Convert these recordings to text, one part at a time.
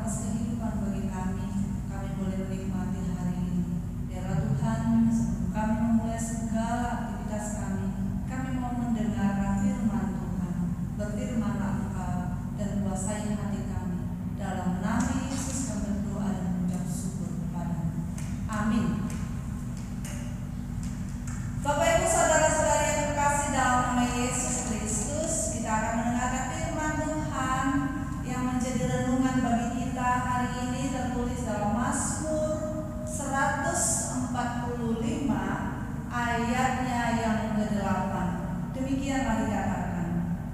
nafas kehidupan bagi kami boleh menikmati hari ini. Biarlah Tuhan, sebelum kami memulai segala aktivitas kami mau mendengarkan firman Tuhan. Berfirmanlah Engkau dan kuasai hati kami. Dalam nama Yesus kami berdoa dan mengucap syukur kepadamu. Amin. Bapak Ibu saudara-saudari yang terkasih dalam nama Yesus Kristus, kita akan mendengarkan firman Tuhan yang menjadi renungan bagi kita hari ini, tertulis dalam Mazmur 145 ayatnya yang ke-8. Demikianlah dikatakan,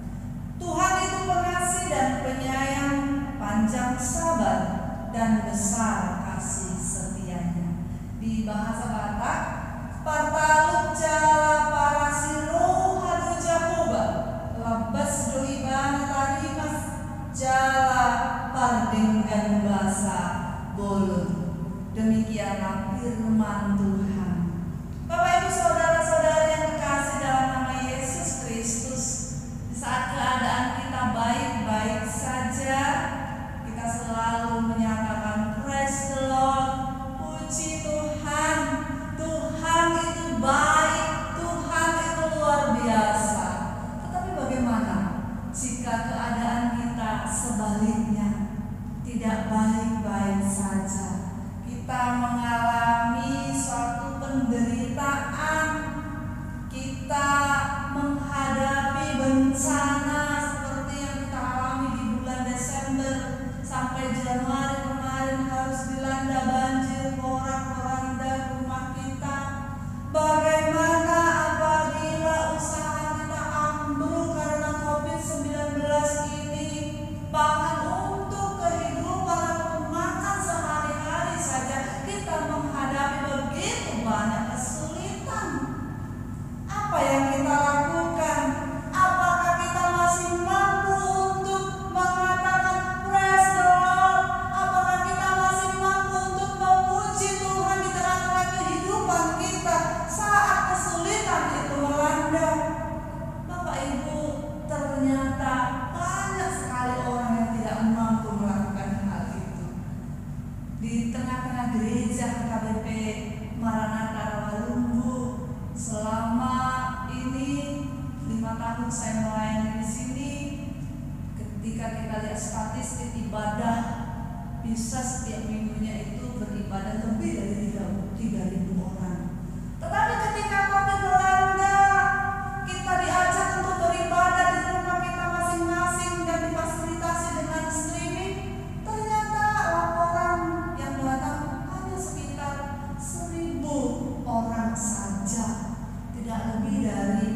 Tuhan itu pengasih dan penyayang, panjang sabar dan besar kasih setianya. Di bahasa Batak, Partaluk jala parasiru hadu jahuba labas doiban tarimas jala pardinggan bahasa bolon. Demikianlah firman Tuhan. Bapak Ibu saudara-saudari yang terkasih dalam nama Yesus Kristus, di saat keadaan kita baik-baik saja, kita selalu menyatakan praise the Lord, puji Tuhan. Tuhan itu baik, Tuhan itu luar biasa. Tetapi bagaimana jika keadaan kita sebaliknya, tidak baik-baik saja? Kita mengalami suatu penderitaan, kita menghadapi bencana seperti yang kita alami di bulan Desember sampai Januari kemarin, harus dilanda banjir, porak-poranda rumah kita. Bagaimana apabila usaha kita ambruk karena COVID-19 ini? Bahkan untuk kehidupan atau makan sehari-hari saja kita menghadapi begitu banyak kesulitan. Apa yang kita lakukan? Apakah kita masih mampu untuk mengatakan praise the Lord? Apakah kita masih mampu untuk memuji Tuhan di tengah-tengah kehidupan kita saat kesulitan itu melanda? Bapak Ibu, ternyata banyak sekali orang yang tidak mampu melakukan hal itu. Di tengah-tengah gereja KBP Maranatha Rawalumbu, selama ini 5 tahun saya melayani di sini, ketika kita lihat statistik ibadah, bisa setiap minggunya itu beribadah lebih dari 3.000 orang. Tetapi ketika COVID melanda, kita diajak untuk beribadah di rumah kita masing-masing dan difasilitasi dengan streaming. Ternyata laporan yang datang hanya sekitar 1.000 orang saja, tidak lebih dari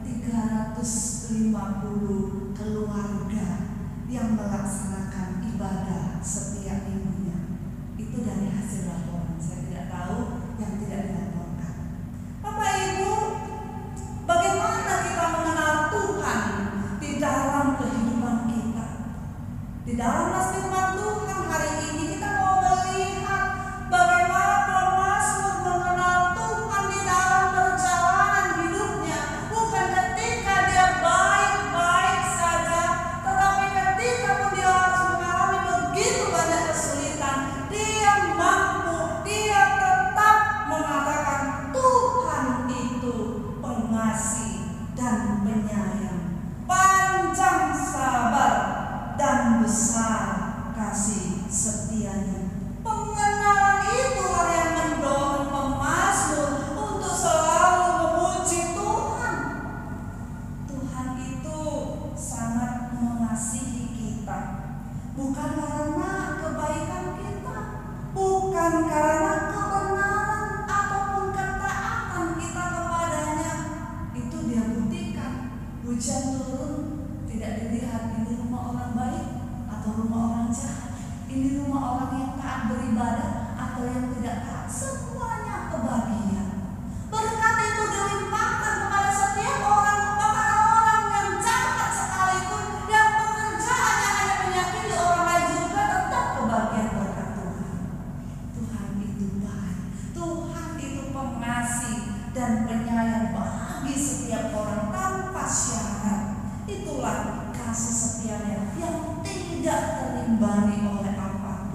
350 keluarga yang melaksanakan ibadah setiap minggunya. Itu dari hasil laporan. Saya tidak tahu yang tidak dilaporkan. Bapak Ibu, bagaimana kita mengenal Tuhan di dalam kehidupan kita? Di dalam firman Tuhan hari ini kita mau melihat bagaimana pemazmur mengenal Tuhan di dalam perjalanan hidupnya. Bukan ketika dia baik-baik saja, tetapi ketika pun dia harus mengalami begitu banyak kesulitan, dia mampu, dia tetap mengatakan Tuhan itu pengasih dan penyayang, panjang sabar dan besar kasih setianya. Pengenalan itulah yang mendorong pemazmur untuk selalu memuji Tuhan. Tuhan itu sangat mengasihi kita, bukan karena kebaikan kita, bukan karena kebenaran ataupun ketaatan kita kepadanya. Itu dia buktikan. Hujan turun, tidak dilihat ini rumah orang baik atau rumah orang jahat, ini rumah orang yang taat beribadah atau yang tidak taat. Semuanya kebahagiaan. Berkat itu dilimpahkan kepada setiap orang, bahkan orang yang jahat sekalipun, yang pekerjaannya hanya menyakiti orang lain juga tetap kebahagiaan berkat Tuhan. Tuhan itu baik, Tuhan itu pengasih dan penyayang bagi setiap orang tanpa syarat. Itulah kasih setianya yang tidak terimbangi oleh apa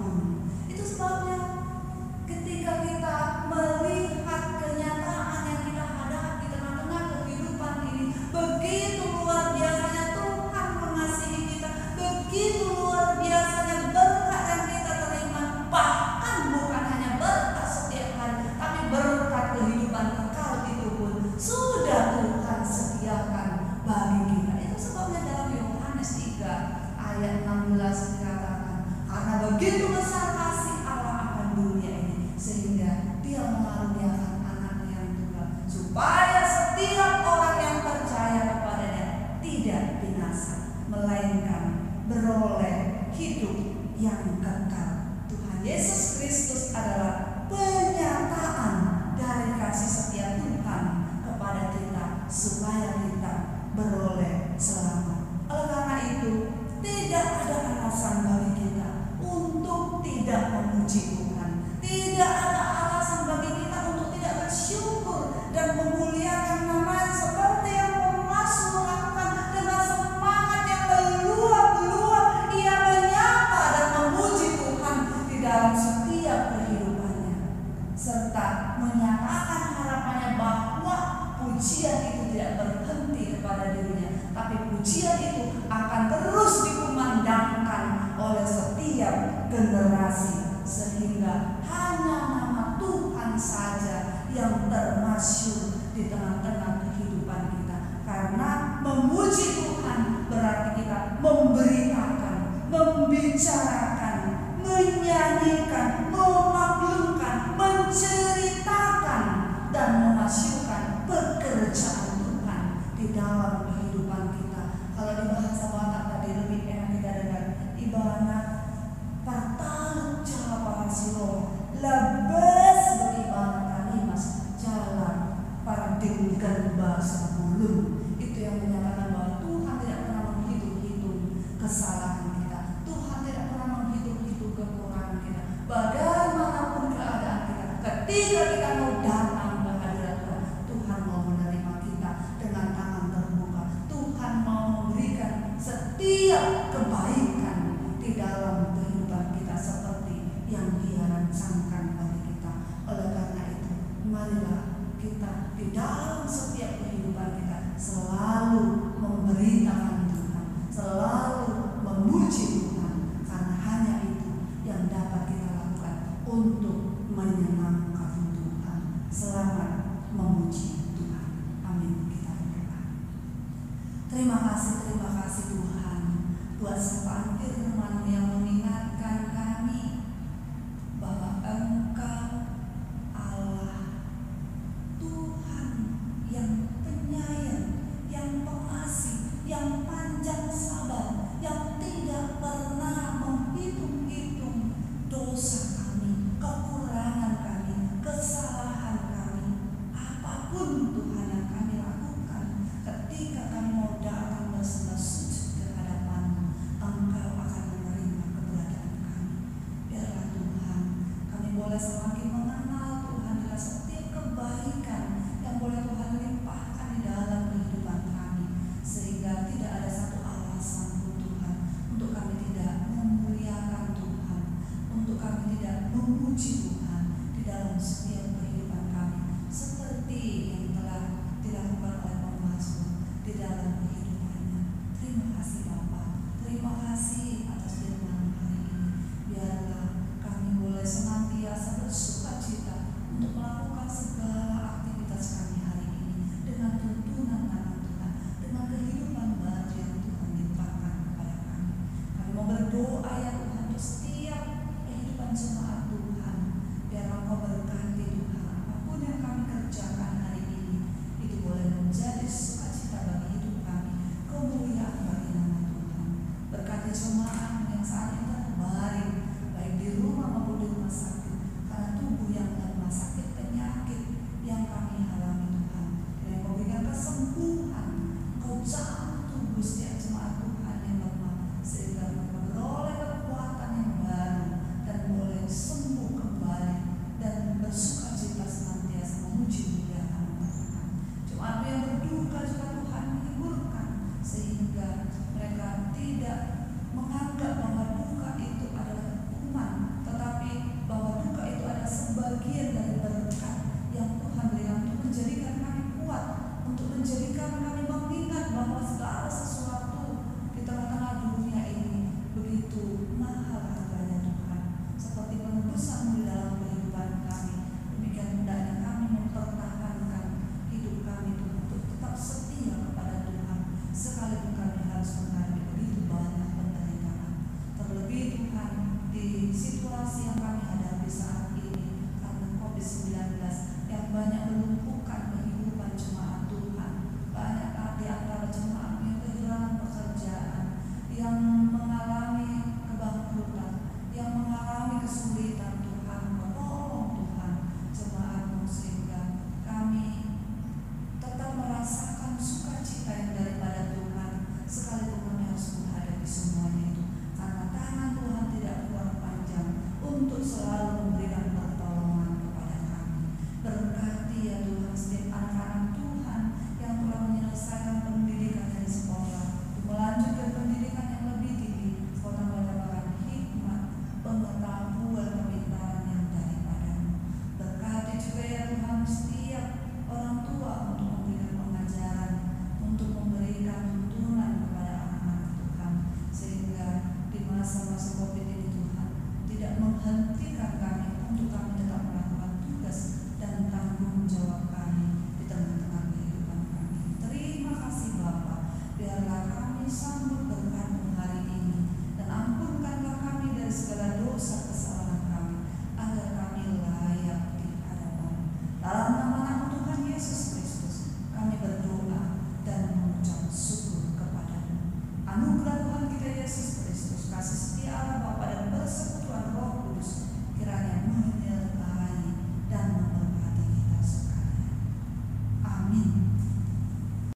begitu besar kasih Allah akan dunia ini, sehingga Dia mengaruniakan anaknya yang tunggal, supaya setiap orang yang percaya kepadanya tidak binasa, melainkan beroleh hidup yang kekal. Tuhan Yesus Kristus adalah penyataan dari kasih setia Tuhan kepada kita, supaya kita beroleh selamat. Oleh karena itu, tidak ada alasan bagi kita untuk tidak memuji Tuhan. Tidak ada alasan bagi kita untuk tidak bersyukur dan memuliakan namanya, seperti yang pemazmur melakukan dengan semangat yang meluap-luap. Ia menyapa dan memuji Tuhan di dalam setiap kehidupannya, serta menyatakan harapannya bahwa pujian itu tidak berhenti kepada dirinya, tapi pujian itu akan terus dikumandangkan oleh setiap generasi, sehingga hanya nama Tuhan saja yang termasyhur di tengah-tengah kehidupan kita. Karena memuji Tuhan berarti kita memberitakan, membicarakan, menyanyikan, memaklumkan, menceritakan, dan memasyhurkan pekerjaan Tuhan di dalam kehidupan kita. Kalau di bahasa Batak tadi lebih enak kita dengar, ibarat partalut jala parasilo labes beribarat kalimas jalan pardingkan bahasa bulu. Itu yang menyatakan bahwa Tuhan tidak pernah menghitung-hitung kesalahan kita. Tuhan tidak pernah menghitung-hitung kekurangan kita. Bagaimanapun keadaan kita, ketika kita mau datang ke hadirat Tuhan, Tuhan mau menerima kita dengan tangan terbuka. Tuhan mau memberikan setiap kebaikan di dalam kehidupan kita seperti yang Dia rancangkan bagi kita. Oleh karena itu, marilah kita di dalam setiap kehidupan kita selalu memberitakan Tuhan, selalu memuji Tuhan, karena hanya itu yang dapat kita lakukan untuk menyenangkan Tuhan. Selamat memuji Tuhan. Amin. Kita berdoa. Terima kasih Tuhan buat sapaan firman yang mengingatkan kami bahwa Engkau Allah Tuhan yang penyayang, yang pengasih, yang panjang sabar, yang tidak pernah menghitung-hitung dosa kami, kekurangan kami, kesalahan kami, apapun Tuhan yang kami lakukan. Ketika kami mau datang bersembah sujud ke hadapan-Mu, Engkau akan menerima keberadaan kami. Biarlah Tuhan, kami boleh semakin mengenal Tuhan dengan setiap kebaikan yang boleh Tuhan limpahkan di dalam kehidupan kami, sehingga tidak ada satu alasan pun Tuhan untuk kami tidak memuliakan Tuhan, untuk kami tidak memuji Tuhan di dalam setiap kehidupan kami, seperti yang telah dilakukan oleh pemazmur di dalam kehidupannya. Terima kasih Bapa, terima kasih atas firman hari ini. Biarlah kami boleh senantiasa bersukacita untuk melakukan segala aktivitas kami hari ini dengan tuntunan tangan Tuhan, dengan kehidupan baru yang Tuhan limpahkan kepada kami. Kami mau berdoa ya Tuhan untuk setiap kehidupan jemaat Tuhan, biar Engkau berkati Tuhan. kesulitan Tuhan, menolong Tuhan jemaat-Mu sehingga kami tetap merasakan sukacita yang daripada Tuhan, sekalipun kami harus menghadapi semuanya itu, karena tangan Tuhan tidak kurang panjang untuk selalu